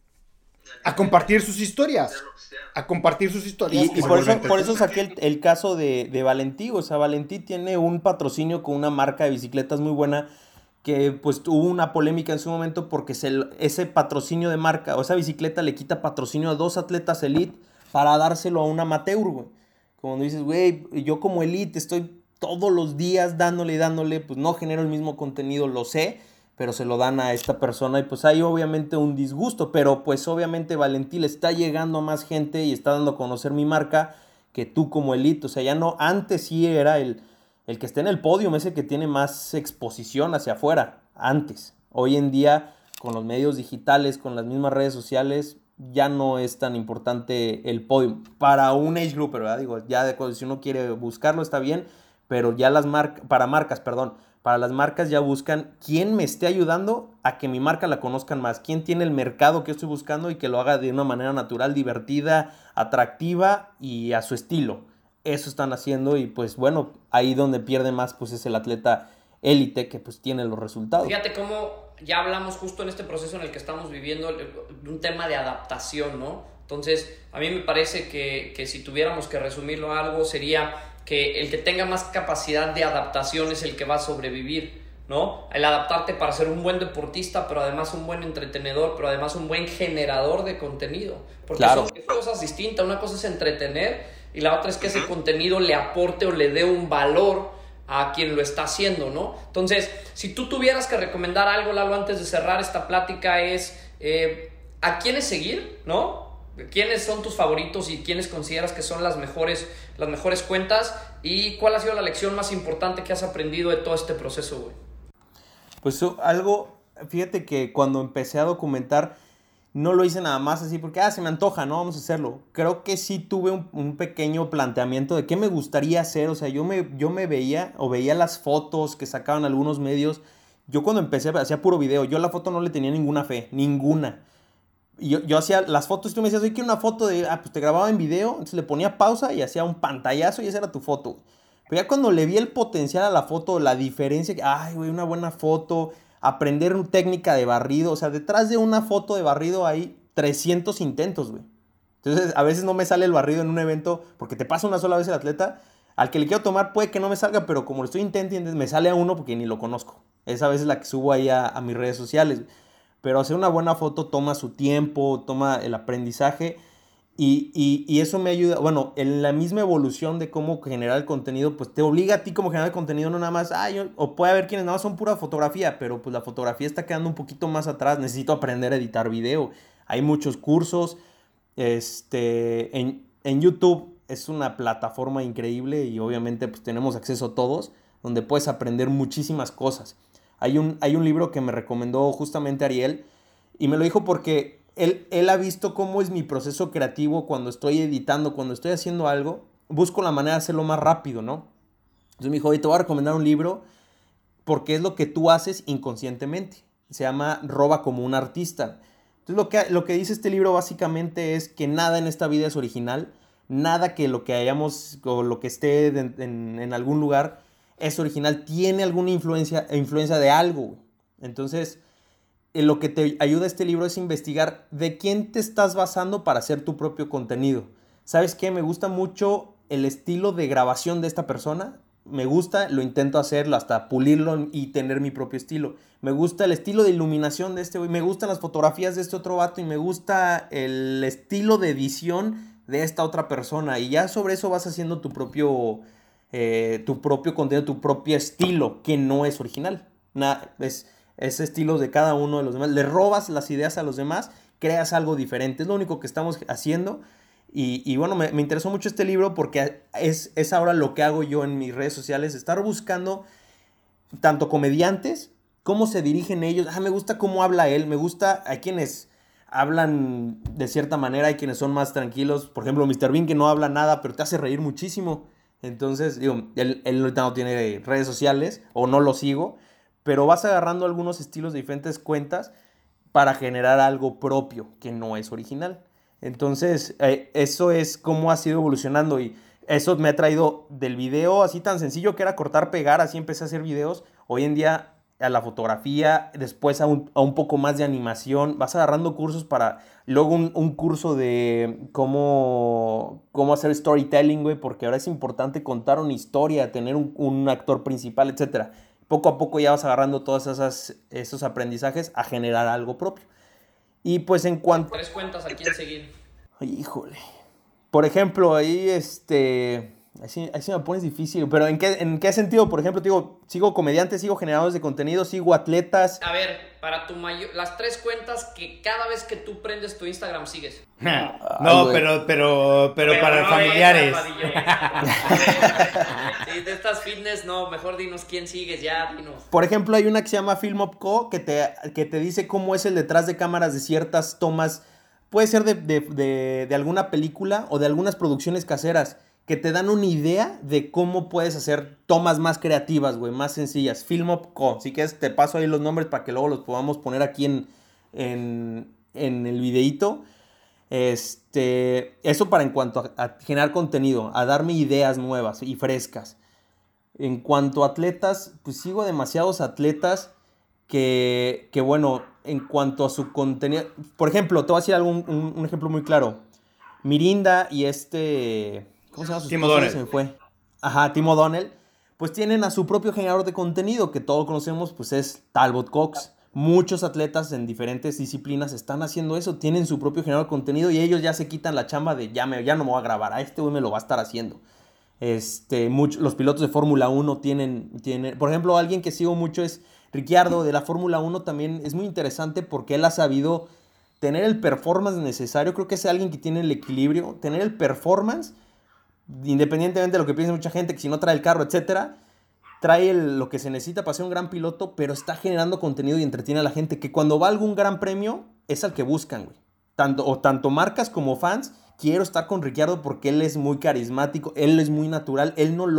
Speaker 1: a compartir sus historias, a compartir sus historias.
Speaker 3: Y, y por, eso, por eso saqué el, el caso de, de Valentí, o sea, Valentí tiene un patrocinio con una marca de bicicletas muy buena, que pues hubo una polémica en su momento porque se, ese patrocinio de marca, o esa bicicleta le quita patrocinio a dos atletas elite para dárselo a un amateur, güey. Como dices, güey, yo como elite estoy todos los días dándole y dándole, pues no genero el mismo contenido, lo sé, pero se lo dan a esta persona y pues hay obviamente un disgusto, pero pues obviamente Valentí le está llegando a más gente y está dando a conocer mi marca que tú como elite, o sea, ya no, antes sí era el, el que esté en el podio, ese que tiene más exposición hacia afuera, antes. Hoy en día, con los medios digitales, con las mismas redes sociales, ya no es tan importante el podio para un age group, ¿verdad? Digo, ya de, si uno quiere buscarlo está bien, pero ya las marcas, para marcas, perdón, para las marcas ya buscan quién me esté ayudando a que mi marca la conozcan más, quién tiene el mercado que estoy buscando y que lo haga de una manera natural, divertida, atractiva y a su estilo. Eso están haciendo y pues bueno, ahí donde pierde más pues es el atleta élite que pues tiene los resultados.
Speaker 2: Fíjate cómo ya hablamos justo en este proceso en el que estamos viviendo un tema de adaptación, ¿no? Entonces, a mí me parece que, que si tuviéramos que resumirlo a algo sería que el que tenga más capacidad de adaptación es el que va a sobrevivir, ¿no? El adaptarte para ser un buen deportista, pero además un buen entretenedor, pero además un buen generador de contenido. Porque claro, son cosas distintas. Una cosa es entretener y la otra es que ese contenido le aporte o le dé un valor a quien lo está haciendo, ¿no? Entonces, si tú tuvieras que recomendar algo, Lalo, antes de cerrar esta plática es eh, ¿a quiénes seguir, no? ¿Quiénes son tus favoritos y quiénes consideras que son las mejores, las mejores cuentas? ¿Y cuál ha sido la lección más importante que has aprendido de todo este proceso, güey?
Speaker 3: Pues algo, fíjate que cuando empecé a documentar, no lo hice nada más así porque, ah, se me antoja, ¿no? Vamos a hacerlo. Creo que sí tuve un, un pequeño planteamiento de qué me gustaría hacer. O sea, yo me, yo me veía o veía las fotos que sacaban algunos medios. Yo cuando empecé hacía puro video, yo a la foto no le tenía ninguna fe, ninguna. Y yo, yo hacía las fotos y tú me decías, oye, quiero una foto de, ah, pues te grababa en video, entonces le ponía pausa y hacía un pantallazo y esa era tu foto. Pero ya cuando le vi el potencial a la foto, la diferencia, que, ay, güey, una buena foto, aprender una técnica de barrido, o sea, detrás de una foto de barrido hay trescientos intentos, güey. Entonces, a veces no me sale el barrido en un evento porque te pasa una sola vez el atleta. Al que le quiero tomar puede que no me salga, pero como lo estoy intentando, me sale a uno porque ni lo conozco. Esa vez es la que subo ahí a, a mis redes sociales. Pero hacer una buena foto toma su tiempo, toma el aprendizaje y, y, y eso me ayuda. Bueno, en la misma evolución de cómo generar el contenido, pues te obliga a ti como generar el contenido, no nada más, ah, yo, o puede haber quienes nada más son pura fotografía, pero pues la fotografía está quedando un poquito más atrás. Necesito aprender a editar video. Hay muchos cursos. Este, en, en YouTube es una plataforma increíble y obviamente pues tenemos acceso todos, donde puedes aprender muchísimas cosas. Hay un, hay un libro que me recomendó justamente Ariel y me lo dijo porque él, él ha visto cómo es mi proceso creativo cuando estoy editando, cuando estoy haciendo algo, busco la manera de hacerlo más rápido, ¿no? Entonces me dijo, oye, te voy a recomendar un libro porque es lo que tú haces inconscientemente. Se llama Roba como un artista. Entonces lo que, lo que dice este libro básicamente es que nada en esta vida es original, nada que lo que hayamos o lo que esté en, en, en algún lugar es original, tiene alguna influencia, influencia de algo. Entonces, eh, lo que te ayuda este libro es investigar de quién te estás basando para hacer tu propio contenido. ¿Sabes qué? Me gusta mucho el estilo de grabación de esta persona. Me gusta, lo intento hacerlo, hasta pulirlo y tener mi propio estilo. Me gusta el estilo de iluminación de este güey. Me gustan las fotografías de este otro vato y me gusta el estilo de edición de esta otra persona. Y ya sobre eso vas haciendo tu propio... Eh, tu propio contenido, tu propio estilo, que no es original. Nada, es, es estilo de cada uno de los demás. Le robas las ideas a los demás, creas algo diferente. Es lo único que estamos haciendo. Y, y bueno, me, me interesó mucho este libro porque es, es ahora lo que hago yo en mis redes sociales. Estar buscando tanto comediantes, cómo se dirigen ellos. Ah, me gusta cómo habla él. Me gusta, hay quienes hablan de cierta manera, hay quienes son más tranquilos. Por ejemplo, míster Bean, que no habla nada, pero te hace reír muchísimo. Entonces, digo, él, él ahorita no tiene redes sociales o no lo sigo, pero vas agarrando algunos estilos de diferentes cuentas para generar algo propio que no es original. Entonces, eh, eso es cómo ha sido evolucionando y eso me ha traído del video así tan sencillo que era cortar, pegar, así empecé a hacer videos. Hoy en día a la fotografía, después a un, a un poco más de animación, vas agarrando cursos para, luego un, un curso de cómo, cómo hacer storytelling, güey, porque ahora es importante contar una historia, tener un, un actor principal, etcétera. Poco a poco ya vas agarrando todos esas, esos aprendizajes a generar algo propio. Y pues en cuanto...
Speaker 2: Tres cuentas a quién seguir.
Speaker 3: Ay, híjole. Por ejemplo, ahí este... Ahí sí, ahí sí me pones difícil, pero ¿en qué, ¿en qué sentido? Por ejemplo, te digo, sigo comediantes, sigo generadores de contenido, sigo atletas.
Speaker 2: A ver, para tu mayor, las tres cuentas que cada vez que tú prendes tu Instagram sigues.
Speaker 1: no,
Speaker 3: Ay,
Speaker 1: pero, pero, pero, pero para
Speaker 2: no
Speaker 1: familiares.
Speaker 2: Si de estas fitness, no, mejor dinos quién sigues, ya, dinos.
Speaker 3: Por ejemplo, hay una que se llama Film Up Co, que te, que te dice cómo es el detrás de cámaras de ciertas tomas. Puede ser de, de, de, de alguna película o de algunas producciones caseras, que te dan una idea de cómo puedes hacer tomas más creativas, güey, más sencillas. Film Up Co. Si quieres, te paso ahí los nombres para que luego los podamos poner aquí en, en, en el videíto. Este, eso para en cuanto a, a generar contenido, a darme ideas nuevas y frescas. En cuanto a atletas, pues sigo demasiados atletas que, que bueno, en cuanto a su contenido... Por ejemplo, te voy a decir algún, un, un ejemplo muy claro. Mirinda y este... ¿Cómo se llama?
Speaker 1: Tim O'Donnell.
Speaker 3: Se me fue. Ajá, Tim O'Donnell. Pues tienen a su propio generador de contenido, que todos conocemos, pues es Talbot Cox. Muchos atletas en diferentes disciplinas están haciendo eso, tienen su propio generador de contenido y ellos ya se quitan la chamba de ya, me, ya no me voy a grabar, a este güey me lo va a estar haciendo. Este, mucho, los pilotos de Fórmula uno tienen, tienen, por ejemplo, alguien que sigo mucho es Ricciardo de la Fórmula uno, también es muy interesante porque él ha sabido tener el performance necesario. Creo que es alguien que tiene el equilibrio, tener el performance, independientemente de lo que piense mucha gente, que si no trae el carro, etcétera, trae el, lo que se necesita para ser un gran piloto, pero está generando contenido y entretiene a la gente, que cuando va a algún gran premio es al que buscan, güey. Tanto, o tanto marcas como fans, quiero estar con Ricciardo porque él es muy carismático, él es muy natural, él no lo,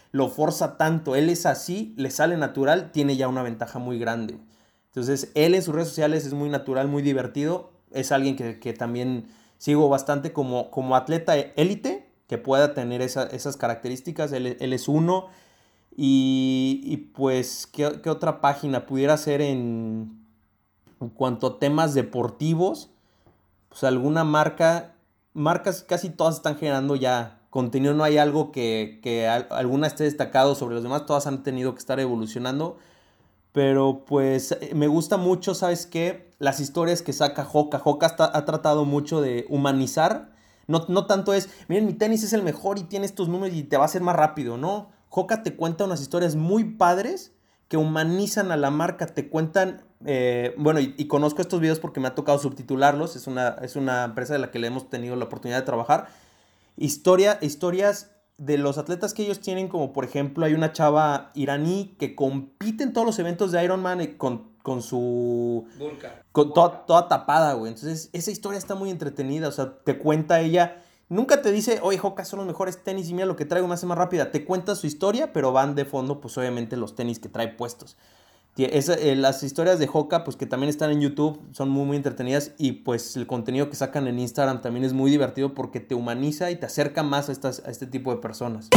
Speaker 3: lo forza tanto, él es así, le sale natural, tiene ya una ventaja muy grande. Entonces, él en sus redes sociales es muy natural, muy divertido, es alguien que, que también sigo bastante como, como atleta élite, que pueda tener esa, esas características, él, él es uno. Y, y pues, ¿qué, ¿qué otra página pudiera ser en, en cuanto a temas deportivos? Pues alguna marca, marcas casi todas están generando ya contenido, no hay algo que, que alguna esté destacado sobre los demás, todas han tenido que estar evolucionando. Pero pues me gusta mucho, ¿sabes qué? Las historias que saca Hoka. Hoka está, ha tratado mucho de humanizar. No, no tanto es, miren, mi tenis es el mejor y tiene estos números y te va a hacer más rápido, ¿no? Hoka te cuenta unas historias muy padres que humanizan a la marca, te cuentan, eh, bueno, y, y conozco estos videos porque me ha tocado subtitularlos, es una, es una empresa de la que le hemos tenido la oportunidad de trabajar. Historia, historias de los atletas que ellos tienen, como por ejemplo hay una chava iraní que compite en todos los eventos de Ironman con, con su...
Speaker 2: Burka.
Speaker 3: Con toda, toda tapada, güey. Entonces esa historia está muy entretenida, o sea, te cuenta ella... Nunca te dice, oye, Hoka, son los mejores tenis y mira lo que traigo, me hace más rápida. Te cuenta su historia, pero van de fondo, pues obviamente los tenis que trae puestos. Esa, eh, las historias de Hoka, pues que también están en YouTube, son muy, muy entretenidas. Y pues el contenido que sacan en Instagram también es muy divertido porque te humaniza y te acerca más a, estas, a este tipo de personas.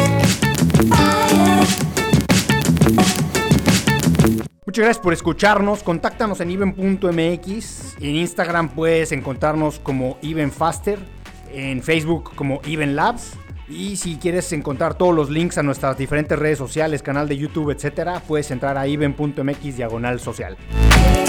Speaker 1: Muchas gracias por escucharnos. Contáctanos en even punto m x. En Instagram puedes encontrarnos como evenfaster. En Facebook como Even Labs. Y si quieres encontrar todos los links a nuestras diferentes redes sociales, canal de YouTube, etcétera, puedes entrar a even punto m x diagonal social.